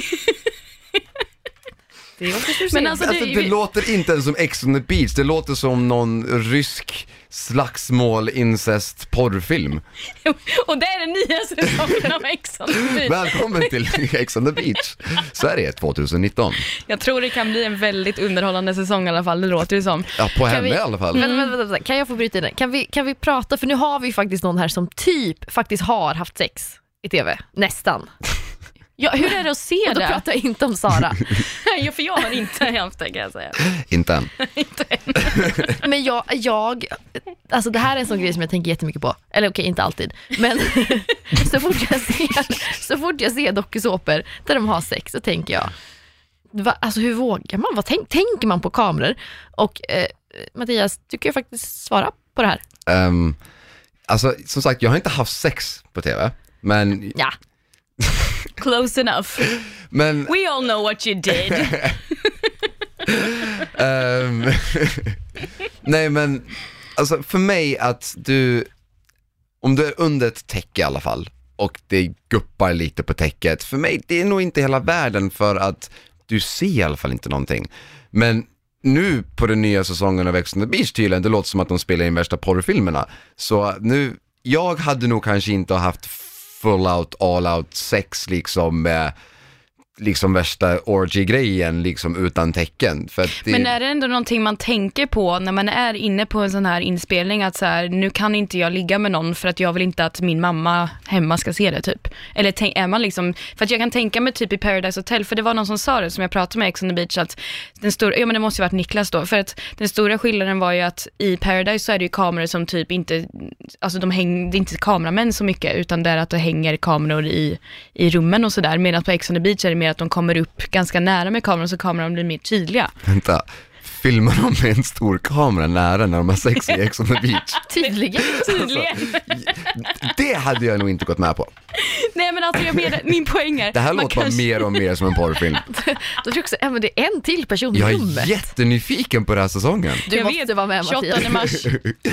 Det återstår att Men se. alltså, Alltså, det, det låter inte ens som Ex on the Beach, det låter som någon rysk slagsmål, incest, porrfilm. och det är den nya säsongen av Ex on the Beach. Välkommen till Ex on the Beach, Sverige tjugonitton. Jag tror det kan bli en väldigt underhållande säsong i alla fall, det låter ju som. Ja, på henne vi- i alla fall. Vänta, vänta, vänta, vänta. Kan jag få bryta in det? Kan vi, kan vi prata, för nu har vi faktiskt någon här som typ faktiskt har haft sex i tv, nästan. Ja, hur är det att se Och då det? pratar jag inte om Sara. Ja, för jag har inte haft det, kan jag säga. Inte än. Men jag, jag, alltså det här är en sån grej som jag tänker jättemycket på. Eller okej, inte alltid. Men så fort jag ser, så fort jag ser dokusåpor där de har sex, så tänker jag, Va, alltså hur vågar man? Vad tänk, tänker man på kameror? Och eh, Mattias, du kan ju faktiskt svara på det här. Um, alltså som sagt, jag har inte haft sex på tv. Men... Ja. Close enough. Men... We all know what you did. um, nej men, alltså för mig att du, om du är under ett täcke i alla fall och det guppar lite på täcket, för mig det är nog inte hela världen, för att du ser i alla fall inte någonting. Men nu på den nya säsongen av Ex on the Beach tydligen, det låter som att de spelar in värsta porrfilmerna. Så nu, jag hade nog kanske inte haft full out, all out sex liksom med liksom värsta orgy-grejen liksom utan tecken. För att det... Men är det ändå någonting man tänker på när man är inne på en sån här inspelning, att så här, nu kan inte jag ligga med någon för att jag vill inte att min mamma hemma ska se det typ? Eller tänk, är man liksom, för att jag kan tänka mig typ i Paradise Hotel, för det var någon som sa det som jag pratade med Ex on the Beach, att den stora, ja men det måste ju varit Niklas då, för att den stora skillnaden var ju att i Paradise så är det ju kameror som typ inte, alltså de hänger, det är inte kameramän så mycket, utan det är att det hänger kameror i, i rummen och sådär, medan på Ex on the Beach är det mer att de kommer upp ganska nära med kameran, så kameran blir mer tydliga. Vänta, filmar de med en stor kamera nära när de har sex i Ex on the Beach? Tydligen. Tydligen. Alltså, det hade jag nog inte gått med på. Nej men alltså jag menar, min poäng är... Det här låter kanske... bara mer och mer som en porrfilm. Då tror jag också, ja, men det är en till person i jag rummet. Jag är jättenyfiken på den här säsongen. Du jag måste vet, vara med, Mattias. tjugoåttonde mars.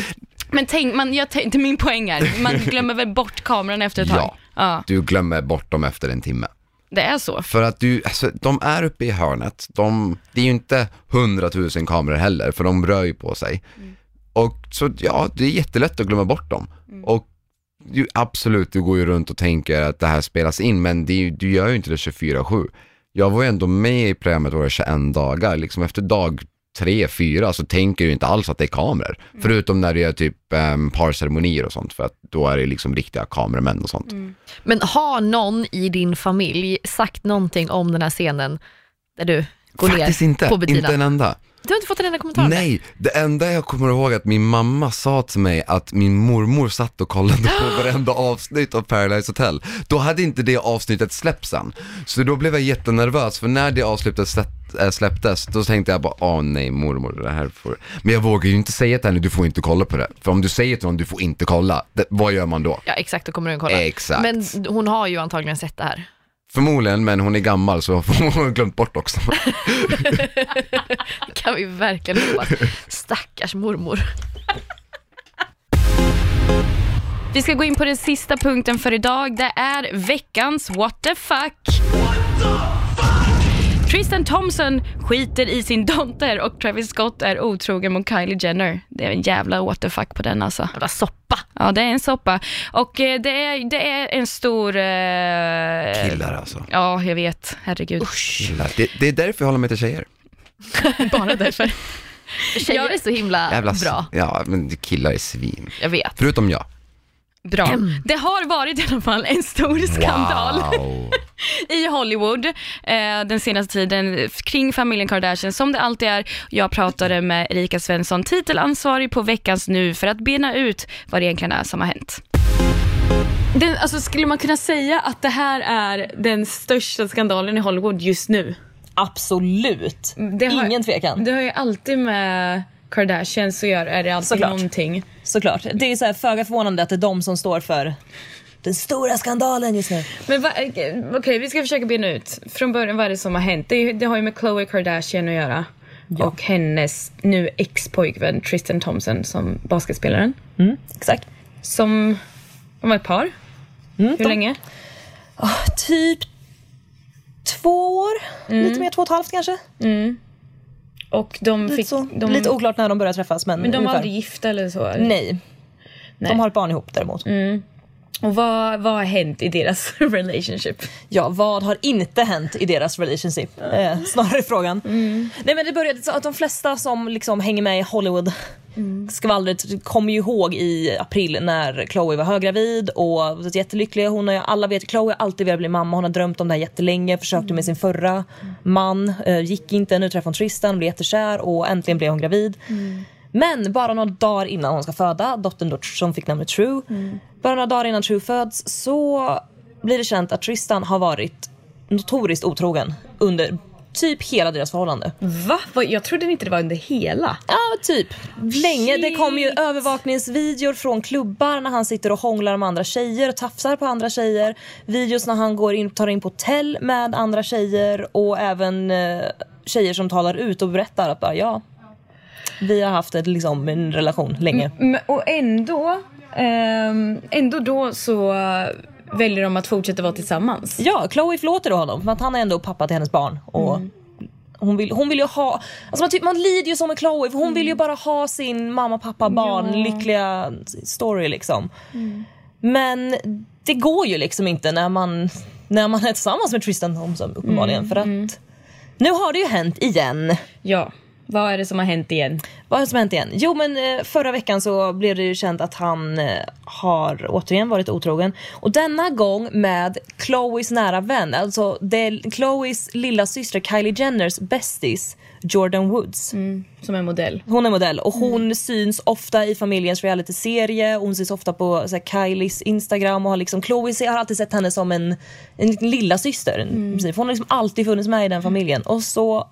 Men tänk, man, jag tänkte, min poäng är, man glömmer väl bort kameran efter ett tag. Ja, ja, du glömmer bort dem efter en timme. Det är så. För att du, alltså, de är uppe i hörnet. De, det är ju inte hundratusen kameror heller, för de rör ju på sig. Mm. Och så, ja, det är jättelätt att glömma bort dem. Mm. Och du, absolut, du går ju runt och tänker att det här spelas in, men det är, du gör ju inte det tjugofyra sju. Jag var ju ändå med i programmet var det tjugoen dagar. Liksom efter dag tre, fyra så tänker du inte alls att det är kameror. Mm. Förutom när det är typ um, parceremonier och sånt, för att då är det liksom riktiga kameramän och sånt. Mm. Men har någon i din familj sagt någonting om den här scenen där du går Faktiskt ner inte, på Bettina? inte en enda. Du har inte fått en enda kommentar? Nej, det enda jag kommer ihåg att min mamma sa till mig att min mormor satt och kollade på varenda avsnitt av Paradise Hotel. Då hade inte det avsnittet släppts än. Så då blev jag jättenervös, för när det avsnittet släpptes, då tänkte jag bara, åh nej mormor, det här får... Men jag vågar ju inte säga till henne, du får inte kolla på det. För om du säger till någon, du får inte kolla, det, vad gör man då? Ja exakt, då kommer du kolla. Exakt. Men hon har ju antagligen sett det här. Förmodligen, men hon är gammal så hon har glömt bort också. Det kan vi verkligen hoppas. Stackars mormor. Vi ska gå in på den sista punkten för idag. Det är veckans What the fuck. Tristan Thompson skiter i sin dotter och Travis Scott är otrogen mot Kylie Jenner. Det är en jävla what the fuck på den alltså. Jävla soppa. Ja, det är en soppa. Och eh, det, är, det är en stor... Eh... Killar alltså. Ja, jag vet. Herregud. Killar. Det, det är därför jag håller mig till tjejer. Bara därför. Tjejer är så himla jävla bra. Ja, men killar är svin. Jag vet. Förutom jag. Bra. Mm. Det har varit i alla fall en stor skandal wow. i Hollywood eh, den senaste tiden kring familjen Kardashian, som det alltid är. Jag pratade med Erika Svensson, titelansvarig på Veckans Nu, för att bena ut vad det egentligen är som har hänt. Den, alltså, skulle man kunna säga att det här är den största skandalen i Hollywood just nu? Absolut. Det har, Ingen tvekan. Det har ju alltid med Kardashian så gör är det alltid Såklart. någonting. Såklart. Det är så här föga förvånande att det är de som står för den stora skandalen just nu. Men okej, okay, vi ska försöka bena ut från början vad är det som har hänt. Det, det har ju med Khloe Kardashian att göra. Ja. Och hennes nu ex-pojkvän Tristan Thompson som basketspelaren. Mm, exakt. Som de var ett par. Mm, Hur de... länge? Oh, typ två år. Mm. Lite mer, två och ett halvt kanske. Mm. Och de lite, fick, så, de... lite oklart när de började träffas. Men, men de ungefär. var aldrig gifta eller så? Eller? Nej. Nej. De har ett barn ihop däremot. Mm. Och vad, vad har hänt i deras relationship? Ja, vad har inte hänt i deras relationship? Eh, snarare frågan. Mm. Nej, men det började så att de flesta som liksom hänger med i Hollywood mm. skvallret kommer ju ihåg i april när Khloe var höggravid och var jättelycklig. Hon har, alla vet, Khloe har alltid velat bli mamma. Hon har drömt om det här jättelänge. Försökte mm. med sin förra man. Eh, gick inte. Nu träffade hon Tristan, blev jättekär och äntligen blev hon gravid. Mm. Men bara några dagar innan hon ska föda, dottern då, som fick namnet True, mm. bara några dagar innan True föds så blir det känt att Tristan har varit notoriskt otrogen under typ hela deras förhållande. Va? Jag trodde inte det var under hela. Ja, typ. Länge. Shit. Det kommer ju övervakningsvideor från klubbar när han sitter och hånglar med andra tjejer och tafsar på andra tjejer. Videos när han går in, tar in på hotell med andra tjejer och även eh, tjejer som talar ut och berättar att bara, ja, vi har haft ett, liksom, en relation länge. Mm, och ändå, eh, ändå då så väljer de att fortsätta vara tillsammans. Ja, Chloe förlåter då honom för att han är ändå pappa till hennes barn. Och mm. hon, vill, hon vill ju ha... Alltså man, typ, man lider ju som med Chloe för hon mm. vill ju bara ha sin mamma, pappa, barn, ja. lyckliga story liksom. Mm. Men det går ju liksom inte när man, när man är tillsammans med Tristan Thompson uppenbarligen. Mm. För att mm. nu har det ju hänt igen. Ja. Vad är det som har hänt igen? Vad är det som har hänt igen? Jo, men eh, förra veckan så blev det ju känt att han eh, har återigen varit otrogen. Och denna gång med Chloes nära vän. Alltså det är Chloes lilla syster Kylie Jenners besties Jordan Woods. Mm, som är modell. Hon är modell och hon mm. syns ofta i familjens reality-serie. Hon syns ofta på så här, Kylies Instagram och har liksom, Chloe har alltid sett henne som en, en liten lilla syster. Mm. Hon har liksom alltid funnits med i den familjen. Och så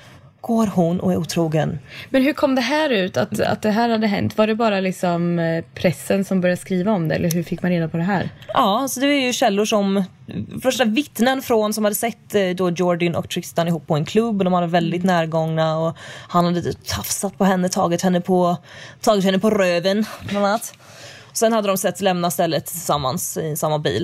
går hon och är otrogen. Men hur kom det här ut att, att det här hade hänt? Var det bara liksom pressen som började skriva om det? Eller hur fick man reda på det här? Ja, så det är ju källor som första vittnen från som hade sett då Jordan och Tristan ihop på en klubb och de hade väldigt mm. närgångna och han hade tafsat på henne, tagit henne på tagit henne på röven bland annat. Sen hade de sett lämna stället tillsammans i samma bil.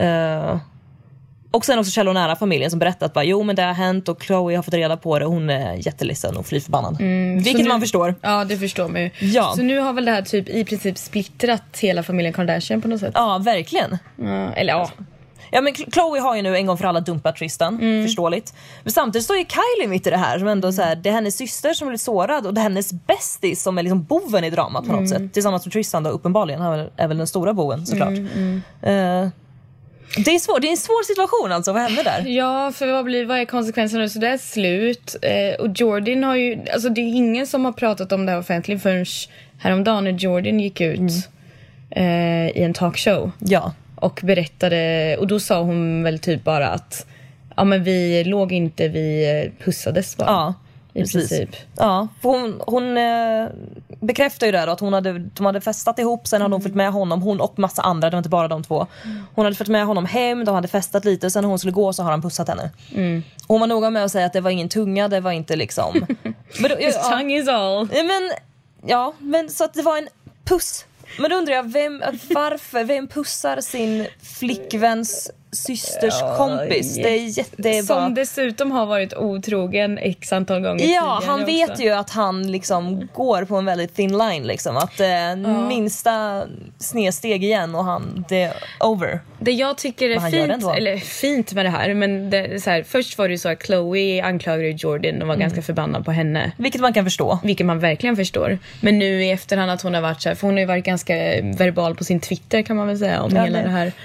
Uh, Och sen också källor nära familjen som berättat bara, jo men det har hänt och Chloe har fått reda på det och hon är jätteledsen och fly förbannad. Mm, Vilket nu, man förstår. Ja, det förstår man ju. Ja. Så nu har väl det här typ i princip splittrat hela familjen Kardashian på något sätt? Ja, verkligen. Ja, eller ja. Ja, men Chloe har ju nu en gång för alla dumpat Tristan, mm. förståeligt. Men samtidigt står ju Kylie mitt i det här som ändå så här, det är hennes syster som blir sårad och det är hennes bestis som är liksom boven i dramat på något mm. sätt. Tillsammans med Tristan då uppenbarligen, han är väl den stora boven såklart. Mm, mm. Uh, Det är, svår, det är en svår situation alltså, vad händer där? Ja, för vad, blir, vad är konsekvenserna nu? Så det är slut. Eh, och Jordan har ju, alltså det är ingen som har pratat om det här offentligt förrän häromdagen när Jordan gick ut mm. eh, i en talkshow. Ja. Och berättade, och då sa hon väl typ bara att ja men vi låg inte, vi pussades bara. Ja. I Precis. princip. Ja, för hon, hon eh, bekräftar ju där att hon hade, de hade festat ihop. Sen hade hon följt med honom, hon och massa andra. Det var inte bara de två. Hon hade följt med honom hem, de hade festat lite. Sen när hon skulle gå så har han pussat henne. Mm. Hon var noga med att säga att det var ingen tunga. Det var inte liksom men då, ja, his tongue is all. Ja men, ja, men så att det var en puss. Men då undrar jag, vem, varför, vem pussar sin flickväns systers ja, kompis? Det är jätte, det är som bara... dessutom har varit otrogen x antal gånger. Ja, han vet också. Ju att han liksom går på en väldigt thin line liksom. Att eh, ja. minsta snedsteg igen och han, det är over. Det jag tycker är fint, eller fint med det här, men det är så här, först var det ju så att Chloe anklagade Jordan och var mm. ganska förbannad på henne. Vilket man kan förstå. Vilket man verkligen förstår. Men nu i efterhand att hon har varit så här, för hon har ju varit ganska verbal på sin Twitter kan man väl säga om ja, hela det, det här.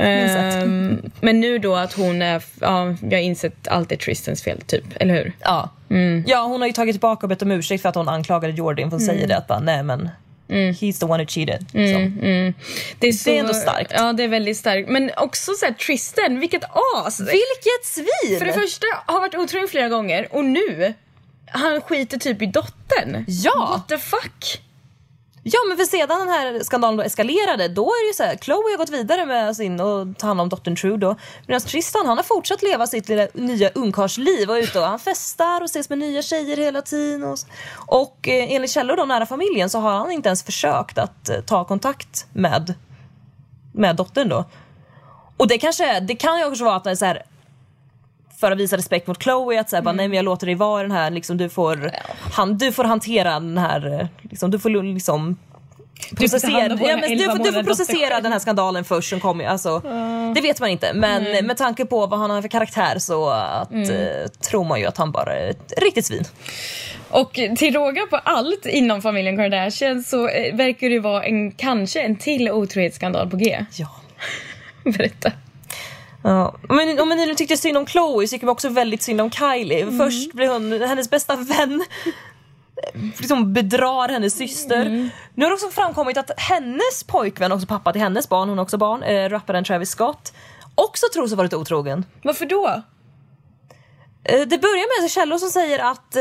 Um, men nu då att hon är, ja, jag har insett allt är Tristans fel typ, eller hur? Ja. Mm. Ja, hon har ju tagit tillbaka och bett om ursäkt för att hon anklagade Jordan för att mm. säga det att bara, nej men mm. he's the one who cheated. Mm, mm. Det, är så, det är ändå starkt. Ja, det är väldigt starkt. Men också så här, Tristan, vilket as! Vilket svin! För det första har varit otrogen flera gånger och nu han skiter typ i dottern. Ja! What the fuck? Ja, men för sedan den här skandalen då eskalerade, då är det ju så här, Chloe har gått vidare med sin och ta hand om dottern True då. Medan Tristan, han har fortsatt leva sitt lilla nya ungkarsliv och ute och han festar och ses med nya tjejer hela tiden. Och, och eh, enligt källor då nära familjen så har han inte ens försökt att eh, ta kontakt med, med dottern då. Och det kanske, det kan ju också vara att det är så här, för att visa respekt mot Chloe att säga mm. bara, nej men jag låter dig vara den här liksom, du får han, du får hantera den här liksom, du får liksom processera du får, ja, men du, får, du får processera den här skandalen först som kommer alltså uh. det vet man inte men mm. med tanke på vad han har för karaktär så att mm. eh, tror man ju att han bara är ett riktigt svin. Och till råga på allt inom familjen Kardashian så eh, verkar det vara en kanske en till otrohetsskandal på G. Ja. Berätta. Ja, men om ni tyckte synd om Chloe så tycker man också väldigt synd om Kylie. Mm. Först blir hon hennes bästa vän liksom bedrar hennes syster. Mm. Nu har det också framkommit att hennes pojkvän, också pappa till hennes barn, hon har också barn, äh, rapparen Travis Scott, också tros ha varit otrogen. Varför då? Det börjar med källor som säger att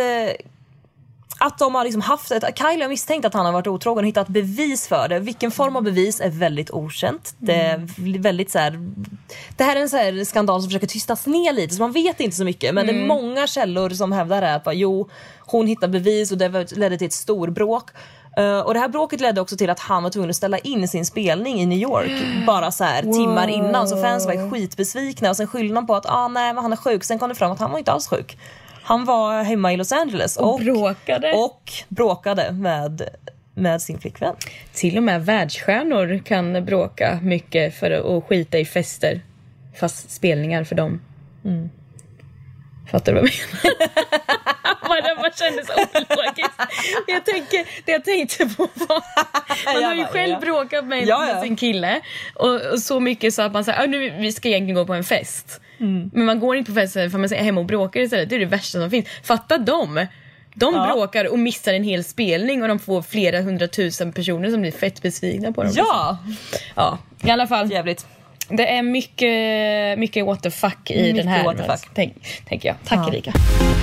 att de har liksom haft ett, Kylie har misstänkt att han har varit otrogen och hittat bevis för det. Vilken form av bevis är väldigt okänt. Det är väldigt så här, det här är en så här skandal som försöker tystas ner lite, så man vet inte så mycket, men mm. det är många källor som hävdar det att jo, hon hittade bevis och det ledde till ett storbråk. Uh, och det här bråket ledde också till att han var tvungen att ställa in sin spelning i New York mm. bara så här wow. timmar innan, så fans var skitbesvikna och sen skyllde de på att ah, nej, men han är sjuk. Sen kom det fram att han var inte alls sjuk. Han var hemma i Los Angeles och, och bråkade, och bråkade med, med sin flickvän. Till och med världsstjärnor kan bråka mycket för att skita i fester, fast spelningar för dem. Mm. Fattar du vad jag menar? Man kände så ologiskt. Jag tänker, det jag tänkte på var, man har ju själv ja. bråkat med, ja, ja. med sin kille och, och så mycket så att man säger, nu vi ska egentligen gå på en fest. Mm. Men man går inte på fest för man säger hemma och bråkar istället. Det är det värsta som finns. Fatta dem. De ja. bråkar och missar en hel spelning och de får flera hundratusen personer som blir fett besvikna på dem. Ja. Ja, i alla fall. Jävligt. Det är mycket, mycket what the fuck i mycket den här. What the fuck. Tänk, tänker jag. Tack ja. Erika.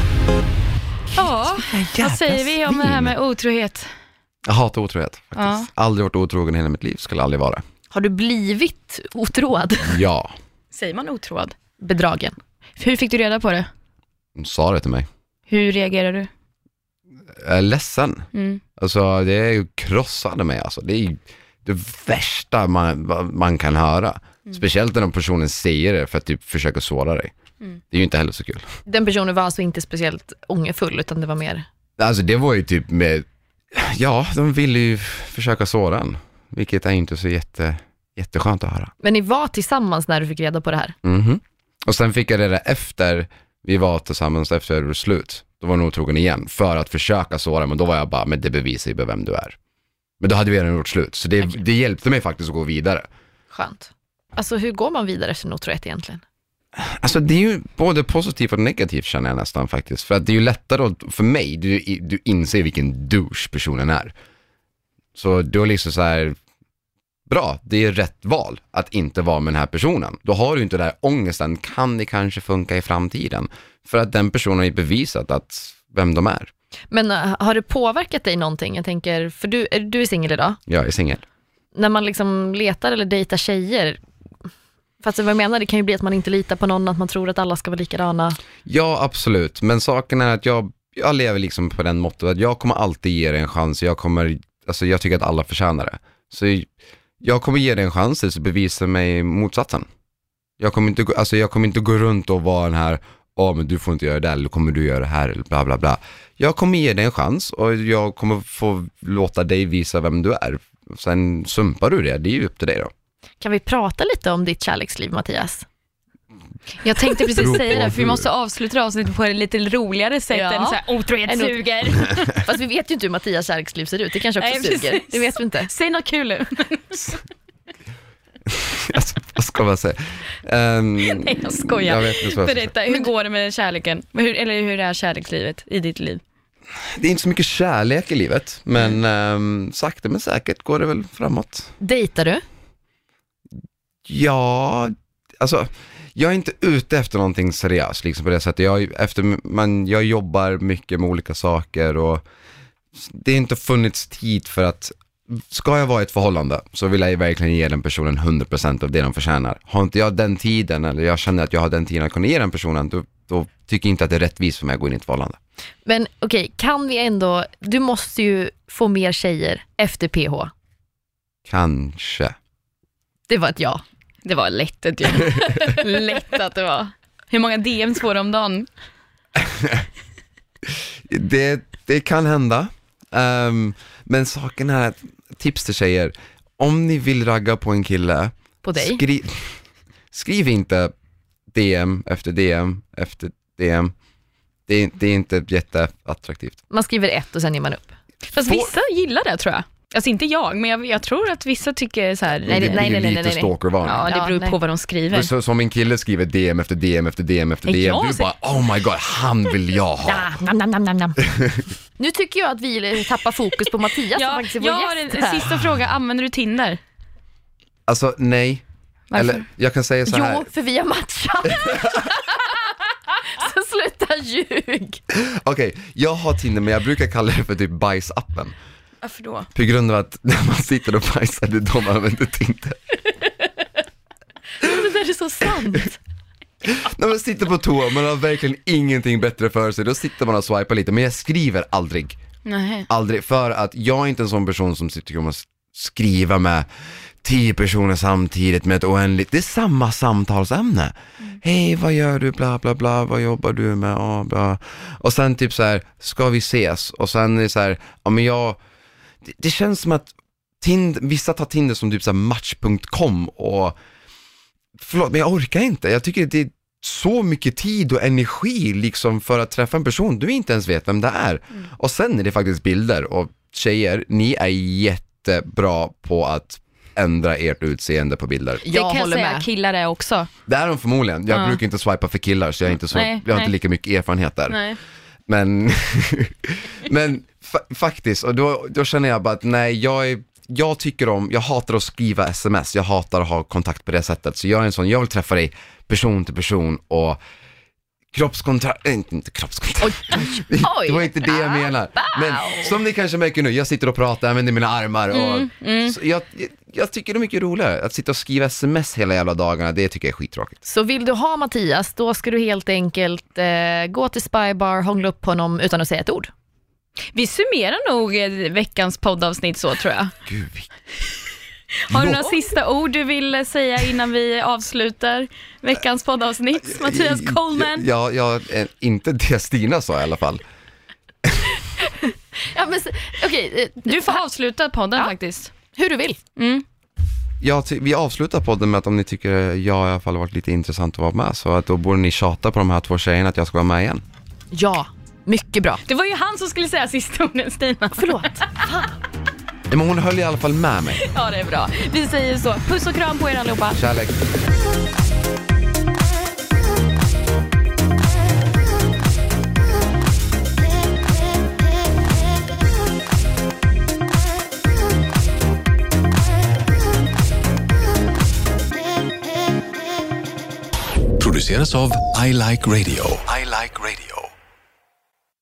Ja, vad säger vi om det här med otrohet? Jag hatar otrohet faktiskt. Ja. Aldrig varit otrogen i hela mitt liv, skulle aldrig vara. Har du blivit otroad? Ja. Säger man otroad? Bedragen. Hur fick du reda på det? Hon sa det till mig. Hur reagerar du? Jag är ledsen. Mm. Alltså det är ju krossade mig. Alltså. Det är ju det värsta man, man kan höra. Mm. Speciellt när de personen säger det för att typ försöka såra dig. Mm. Det är ju inte heller så kul. Den personen var alltså inte speciellt ångerfull, utan det var mer... Alltså det var ju typ med... Ja, de ville ju försöka såra en. Vilket är inte så jätte, jätteskönt att höra. Men ni var tillsammans när du fick reda på det här? Mhm. Och sen fick jag det där efter vi var tillsammans efter det var slut. Då var hon otrogen igen för att försöka såra. Men då var jag bara, men det bevisar ju vem du är. Men då hade vi redan gjort slut. Så det, okay. det hjälpte mig faktiskt att gå vidare. Skönt. Alltså hur går man vidare efter en otrohet egentligen? Alltså det är ju både positivt och negativt känner jag nästan faktiskt. För att det är ju lättare att, för mig, du, du inser vilken douche personen är. Så då är liksom så här, bra, det är rätt val att inte vara med den här personen. Då har du inte den där ångesten, kan det kanske funka i framtiden? För att den personen har ju bevisat att vem de är. Men uh, har det påverkat dig någonting? Jag tänker, för du, är, du är singel idag? Jag är singel. När man liksom letar eller dejtar tjejer, fast vad jag menar, det kan ju bli att man inte litar på någon, att man tror att alla ska vara likadana. Ja, absolut. Men saken är att jag, jag lever liksom på den motto att jag kommer alltid ge dig en chans. Jag kommer, alltså jag tycker att alla förtjänar det. Så jag kommer ge dig en chans tills bevisa mig motsatsen. Jag kommer inte, alltså jag kommer inte gå runt och vara den här, ja oh, men du får inte göra det eller kommer du göra det här eller bla bla bla. Jag kommer ge dig en chans och jag kommer få låta dig visa vem du är. Sen sumpar du det, det är ju upp till dig då. Kan vi prata lite om ditt kärleksliv, Mattias? Jag tänkte precis säga det, för vi måste avsluta avsnittet på ett lite roligare sätt ja. än så här otrohetssuger. Fast vi vet ju inte hur Mattias kärleksliv ser ut, det kanske också Nej, suger. Det vet vi inte. Säg något kul nu. Alltså, vad ska man säga? Um, Nej, jag skojar. Jag vet inte vad jag Berätta, hur går det med kärleken? Hur, eller hur är kärlekslivet i ditt liv? Det är inte så mycket kärlek i livet, men mm. um, sakta men säkert går det väl framåt. Dejtar du? Ja, alltså jag är inte ute efter någonting seriöst liksom på det sättet. Jag, efter, man, jag jobbar mycket med olika saker och det är inte funnits tid för att, ska jag vara i ett förhållande så vill jag verkligen ge den personen hundra procent av det de förtjänar. Har inte jag den tiden eller jag känner att jag har den tiden att kunna ge den personen, då, då tycker jag inte att det är rättvist för mig att gå in i ett förhållande. Men okej, okay, kan vi ändå, du måste ju få mer tjejer efter P H. Kanske. Det var ett ja. Det var lätt ett ja. Lätt att det var. Hur många D Ms får du om dagen? det, det kan hända. Um, men saken är att, tips till tjejer, om ni vill ragga på en kille på dig? Skri, skriv inte D M efter D M efter D M. Det är, det är inte jätteattraktivt. Man skriver ett och sen ger man upp. Fast Få... vissa gillar det tror jag. Alltså inte jag, men jag, jag tror att vissa tycker så här. Nej, det, nej, nej, nej, nej, nej. Stalkervarning. Ja, det beror ja, på vad de skriver. Så, som en kille skriver D M efter D M efter D M efter D M. Du ser... bara, oh my god, han vill jag ha. Ja, nam, nam, nam, nam. Nu tycker jag att vi tappar fokus på Mattias. Ja, jag har en, en sista fråga. Använder du Tinder? Alltså, nej. Varför? Eller, jag kan säga så här. Jo, för vi har matchat. Så sluta okej, okay, jag har Tinder men jag brukar kalla det för typ bajsappen. Varför då? På grund av att när man sitter och bajsar, det är då man använder Tinder. Det där är så sant. När man sitter på toa, man har verkligen ingenting bättre för sig. Då sitter man och swipar lite, men jag skriver aldrig. Nej. Aldrig, för att jag är inte en sån person som sitter och skriva med tio personer samtidigt med ett oändligt. Det är samma samtalsämne. Mm. Hej, vad gör du? Bla bla bla. Vad jobbar du med? Oh, bla. Och sen typ så här, ska vi ses? Och sen är det så här, ja men jag det, det känns som att Tind, vissa tar Tinder som typ så här match punkt com och förlåt, men jag orkar inte. Jag tycker det är så mycket tid och energi liksom för att träffa en person du inte ens vet vem det är. Mm. Och sen är det faktiskt bilder och tjejer, ni är jättebra på att ändra ert utseende på bilder. Jag det kan jag säga, med. Killar är också. Det är de förmodligen. Jag ja. brukar inte swipa för killar så jag, är inte så, nej, jag har nej. inte lika mycket erfarenhet där. Nej. Men, men fa- faktiskt, och då, då känner jag bara att nej, jag är jag tycker om, jag hatar att skriva sms, jag hatar att ha kontakt på det sättet, så jag är en sån, jag vill träffa dig person till person och kroppskontakt, äh, inte kroppskontakt, oj, oj. Det var inte det jag menar, men som ni kanske märker nu, jag sitter och pratar, använder mina armar och mm, mm. Så jag, jag tycker det är mycket roligare att sitta och skriva sms hela jävla dagarna, det tycker jag är skittråkigt. Så vill du ha Mattias, då ska du helt enkelt eh, gå till Spybar, hångla upp på honom utan att säga ett ord. Vi summerar nog veckans poddavsnitt så, tror jag. Gud. Har du några sista ord du vill säga innan vi avslutar veckans poddavsnitt, Mattias Coleman? Ja, ja, inte det Stina sa i alla fall. Ja, men, okay, du får avsluta podden ja. faktiskt. Hur du vill. Mm. Ja, ty- vi avslutar podden med att om ni tycker jag i alla fall har varit lite intressant att vara med, så att då borde ni tjata på de här två tjejerna att jag ska vara med igen. Ja. Mycket bra. Det var ju han som skulle säga sista orden, Stina. Förlåt. Fan. Men hon höll i alla fall med mig. Ja, det är bra. Vi säger så. Puss och kram på er allihopa. Kärlek. Produceras av I Like Radio. I Like Radio.